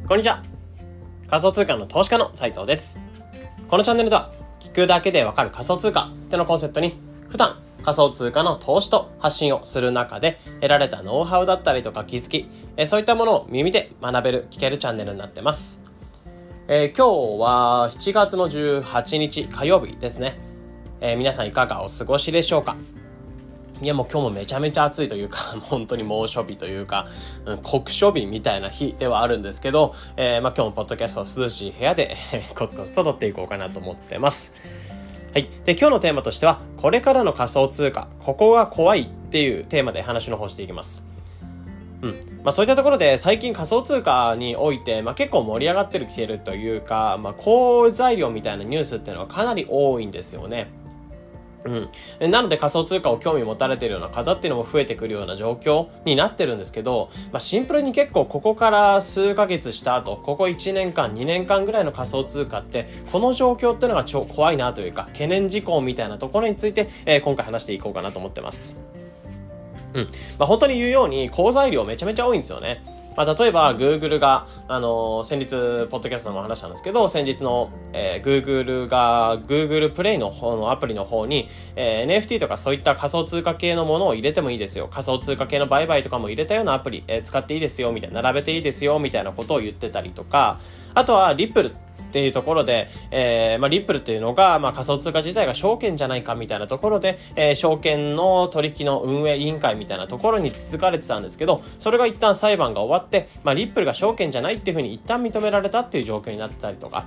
こんにちは。仮想通貨の投資家の斉藤です。このチャンネルでは聞くだけでわかる仮想通貨ってのコンセプトに普段仮想通貨の投資と発信をする中で得られたノウハウだったりとか気づき、そういったものを耳で学べる聞けるチャンネルになってます。今日は7月の18日火曜日ですね。皆さんいかがお過ごしでしょうか。いやもう今日もめちゃめちゃ暑いというか本当に猛暑日というか、酷暑日みたいな日ではあるんですけど、今日もポッドキャストを涼しい部屋でコツコツと撮っていこうかなと思ってます。はい。で、今日のテーマとしてはこれからの仮想通貨、ここが怖いっていうテーマで話の方していきます。そういったところで最近仮想通貨において、結構盛り上がってきてるというか、好材料みたいなニュースっていうのはかなり多いんですよね。なので仮想通貨を興味持たれているような方っていうのも増えてくるような状況になってるんですけど、シンプルに結構ここから数ヶ月した後、ここ1年間2年間ぐらいの仮想通貨ってこの状況っていうのが超怖いなというか懸念事項みたいなところについて、今回話していこうかなと思ってます。本当に言うように好材料めちゃめちゃ多いんですよね。例えば Google が、先日ポッドキャストでも話したんですけど、先日の、Google が Google プレイの方のアプリの方に、NFT とかそういった仮想通貨系のものを入れてもいいですよ。仮想通貨系の売買とかも入れたようなアプリ、使っていいですよみたいな、並べていいですよみたいなことを言ってたりとか、あとは Rippleっていうところで、リップルっていうのが、仮想通貨自体が証券じゃないかみたいなところで、証券の取引の運営委員会みたいなところに続かれてたんですけど、それが一旦裁判が終わって、リップルが証券じゃないっていうふうに一旦認められたっていう状況になってたりとか、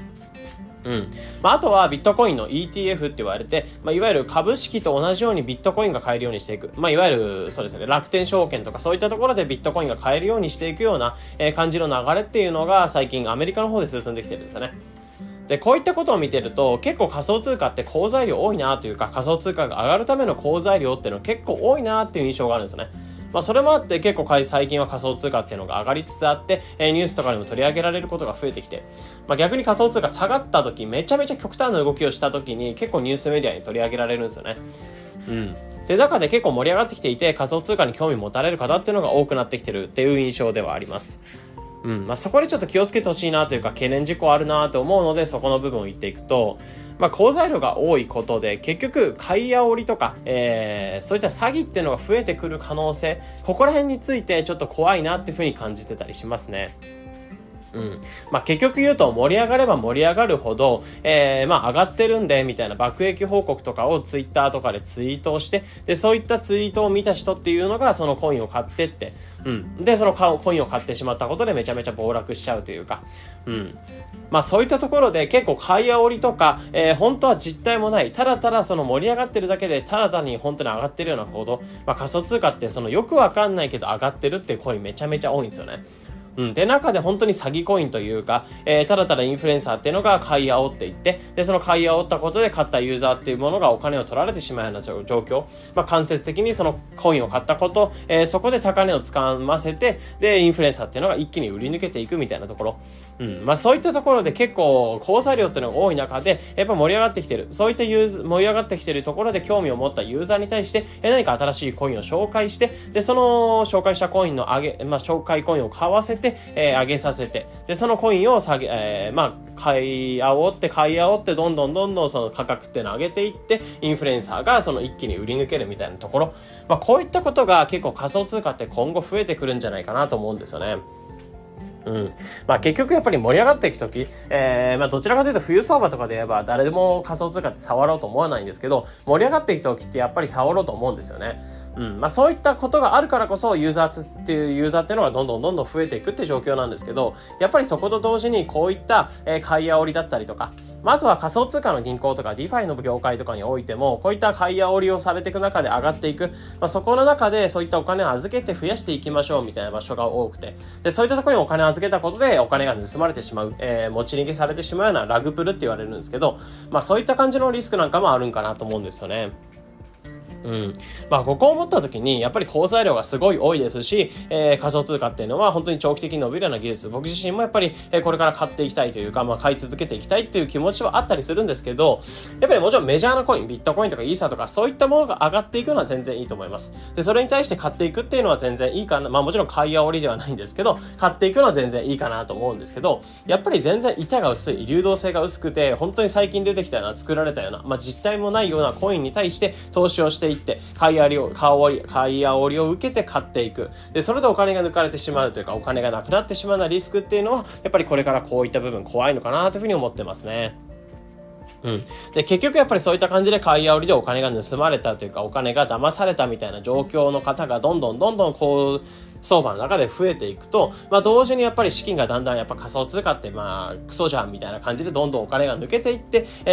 あとはビットコインの ETF って言われて、いわゆる株式と同じようにビットコインが買えるようにしていく。いわゆるそうですね、楽天証券とかそういったところでビットコインが買えるようにしていくような、感じの流れっていうのが最近アメリカの方で進んできてるんですよね。で、こういったことを見てると結構仮想通貨って好材料多いなというか、仮想通貨が上がるための好材料っていうのは結構多いなっていう印象があるんですよね。それもあって結構最近は仮想通貨っていうのが上がりつつあって、ニュースとかにも取り上げられることが増えてきて、逆に仮想通貨下がった時、めちゃめちゃ極端な動きをした時に結構ニュースメディアに取り上げられるんですよね。で、中で結構盛り上がってきていて、仮想通貨に興味持たれる方っていうのが多くなってきてるっていう印象ではあります。そこでちょっと気をつけてほしいなというか懸念事項あるなと思うので、そこの部分を言っていくと、好材料が多いことで結局買い煽りとか、そういった詐欺っていうのが増えてくる可能性、ここら辺についてちょっと怖いなっていうふうに感じてたりしますね。結局言うと盛り上がれば盛り上がるほど、上がってるんでみたいな爆益報告とかをツイッターとかでツイートをして、でそういったツイートを見た人っていうのがそのコインを買ってって、でそのコインを買ってしまったことでめちゃめちゃ暴落しちゃうというか、そういったところで結構買い煽りとか、本当は実態もない、ただただその盛り上がってるだけでただ単に本当に上がってるような行動、仮想通貨ってそのよくわかんないけど上がってるっていうコインめちゃめちゃ多いんですよね。で、中で本当に詐欺コインというか、ただただインフルエンサーっていうのが買い煽っていって、で、その買い煽ったことで買ったユーザーっていうものがお金を取られてしまうような状況。間接的にそのコインを買ったこと、そこで高値をつかませて、で、インフルエンサーっていうのが一気に売り抜けていくみたいなところ。そういったところで結構、好材料っていうのが多い中で、やっぱ盛り上がってきてる。そういった盛り上がってきてるところで興味を持ったユーザーに対して、何か新しいコインを紹介して、で、その紹介したコインの紹介コインを買わせて、上げさせて、でそのコインを買い煽ってどんどんその価格っていうのを上げていって、インフルエンサーがその一気に売り抜けるみたいなところ、こういったことが結構仮想通貨って今後増えてくるんじゃないかなと思うんですよね。結局やっぱり盛り上がっていくとき、どちらかというと冬相場とかで言えば誰でも仮想通貨って触ろうと思わないんですけど、盛り上がっていくときってやっぱり触ろうと思うんですよね。そういったことがあるからこそユーザーっていうのがどんどん増えていくって状況なんですけど、やっぱりそこと同時にこういった、買い煽りだったりとか、まずは仮想通貨の銀行とか DeFi の業界とかにおいてもこういった買い煽りをされていく中で上がっていく、そこの中でそういったお金を預けて増やしていきましょうみたいな場所が多くて、でそういったところにお金を預けたことでお金が盗まれてしまう、持ち逃げされてしまうようなラグプルって言われるんですけど、そういった感じのリスクなんかもあるんかなと思うんですよね。 ここを思った時に、やっぱり口座量がすごい多いですし、仮想通貨っていうのは本当に長期的に伸びるような技術、僕自身もやっぱり、これから買っていきたいというか、買い続けていきたいっていう気持ちはあったりするんですけど、やっぱりもちろんメジャーなコイン、ビットコインとかイーサとか、そういったものが上がっていくのは全然いいと思います。で、それに対して買っていくっていうのは全然いいかな。もちろん買い煽りではないんですけど、買っていくのは全然いいかなと思うんですけど、やっぱり全然板が薄い、流動性が薄くて、本当に最近出てきたような、作られたような、実体もないようなコインに対して投資をしていって、買い煽りを受けて買っていく。で、それでお金が抜かれてしまうというか、お金がなくなってしまうようなリスクっていうのは、やっぱりこれからこういった部分怖いのかなというふうに思ってますね。で、結局やっぱりそういった感じで買い煽りでお金が盗まれたというか、お金が騙されたみたいな状況の方がどんどん相場の中で増えていくと、同時にやっぱり資金がだんだんやっぱ仮想通貨ってクソじゃんみたいな感じでどんどんお金が抜けていって、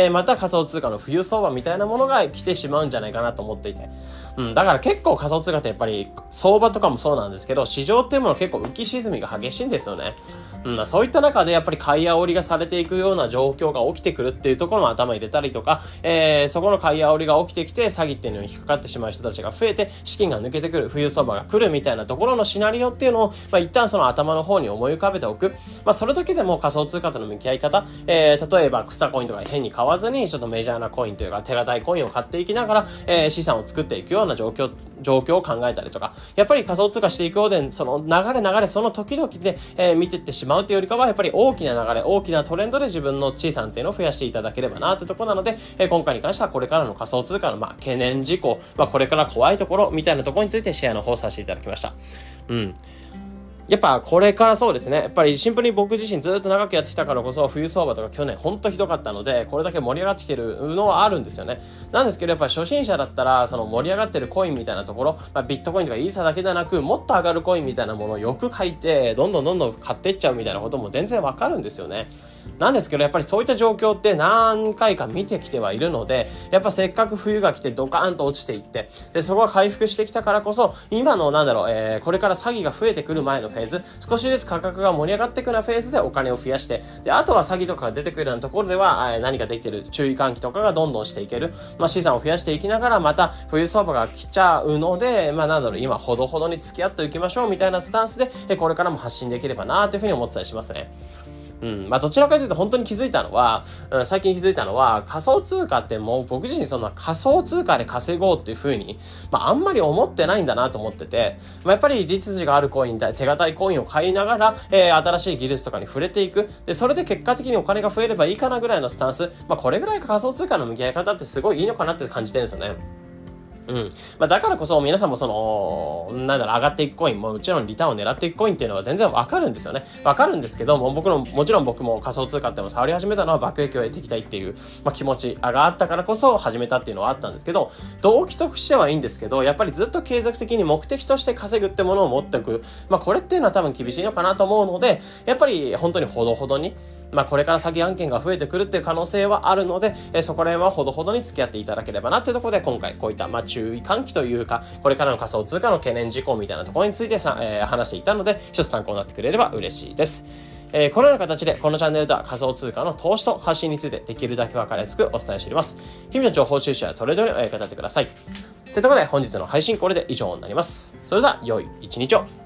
また仮想通貨の冬相場みたいなものが来てしまうんじゃないかなと思っていて。だから結構仮想通貨ってやっぱり相場とかもそうなんですけど、市場っていうもの結構浮き沈みが激しいんですよね。そういった中でやっぱり買い煽りがされていくような状況が起きてくるっていうところも頭入れたりとか、そこの買い煽りが起きてきて詐欺っていうのに引っかかってしまう人たちが増えて資金が抜けてくる、冬相場が来るみたいなところのシナリオっていうのを、一旦その頭の方に思い浮かべておく。それだけでも仮想通貨との向き合い方、例えば草コインとか変に買わずにちょっとメジャーなコインというか手堅いコインを買っていきながら、資産を作っていくような状況を考えたりとか、やっぱり仮想通貨していくようで、その流れその時々で、見ていってしまうというよりかは、やっぱり大きな流れ、大きなトレンドで自分の資産っていうのを増やしていただければなというところなので、今回に関してはこれからの仮想通貨の懸念事項、これから怖いところみたいなところについてシェアの方させていただきました。やっぱこれからそうですね。やっぱりシンプルに僕自身ずっと長くやってきたからこそ、冬相場とか去年ほんとひどかったので、これだけ盛り上がってきてるのはあるんですよね。なんですけど、やっぱり初心者だったら、その盛り上がってるコインみたいなところ、ビットコインとかイーサだけではなく、もっと上がるコインみたいなものをよく書いて、どんどん買っていっちゃうみたいなことも全然わかるんですよね。なんですけど、やっぱりそういった状況って何回か見てきてはいるので、やっぱせっかく冬が来てドカーンと落ちていって、で、そこが回復してきたからこそ、今のこれから詐欺が増えてくる前のフェーズ、少しずつ価格が盛り上がっていくようなフェーズでお金を増やして、で、あとは詐欺とかが出てくるようなところでは、何かできてる注意喚起とかがどんどんしていける、資産を増やしていきながら、また冬相場が来ちゃうので、今ほどほどに付き合っていきましょうみたいなスタンスで、これからも発信できればなというふうに思ってたりしますね。どちらかというと本当に最近気づいたのは、仮想通貨ってもう僕自身そんな仮想通貨で稼ごうっていう風に、あんまり思ってないんだなと思ってて、やっぱり実需があるコイン、手堅いコインを買いながら、新しい技術とかに触れていく。で、それで結果的にお金が増えればいいかなぐらいのスタンス、これぐらい仮想通貨の向き合い方ってすごいいいのかなって感じてるんですよね。だからこそ皆さんも上がっていくコイン、もちろんリターンを狙っていくコインっていうのは全然わかるんですよね。わかるんですけども、もちろん僕も仮想通貨ってのを触り始めたのは爆益を得ていきたいっていう、気持ちがあったからこそ始めたっていうのはあったんですけど、動機としてはいいんですけど、やっぱりずっと継続的に目的として稼ぐってものを持っておく。これっていうのは多分厳しいのかなと思うので、やっぱり本当にほどほどに、これから詐欺案件が増えてくるっていう可能性はあるので、そこら辺はほどほどに付き合っていただければなっていうところで、今回こういった注意喚起というか、これからの仮想通貨の懸念事項みたいなところについて話していたので、一つ参考になってくれれば嬉しいです。このような形でこのチャンネルでは仮想通貨の投資と発信についてできるだけ分かりやすくお伝えしております。日々の情報収集やトレードにお役立てください。というところで本日の配信これで以上になります。それでは良い一日を。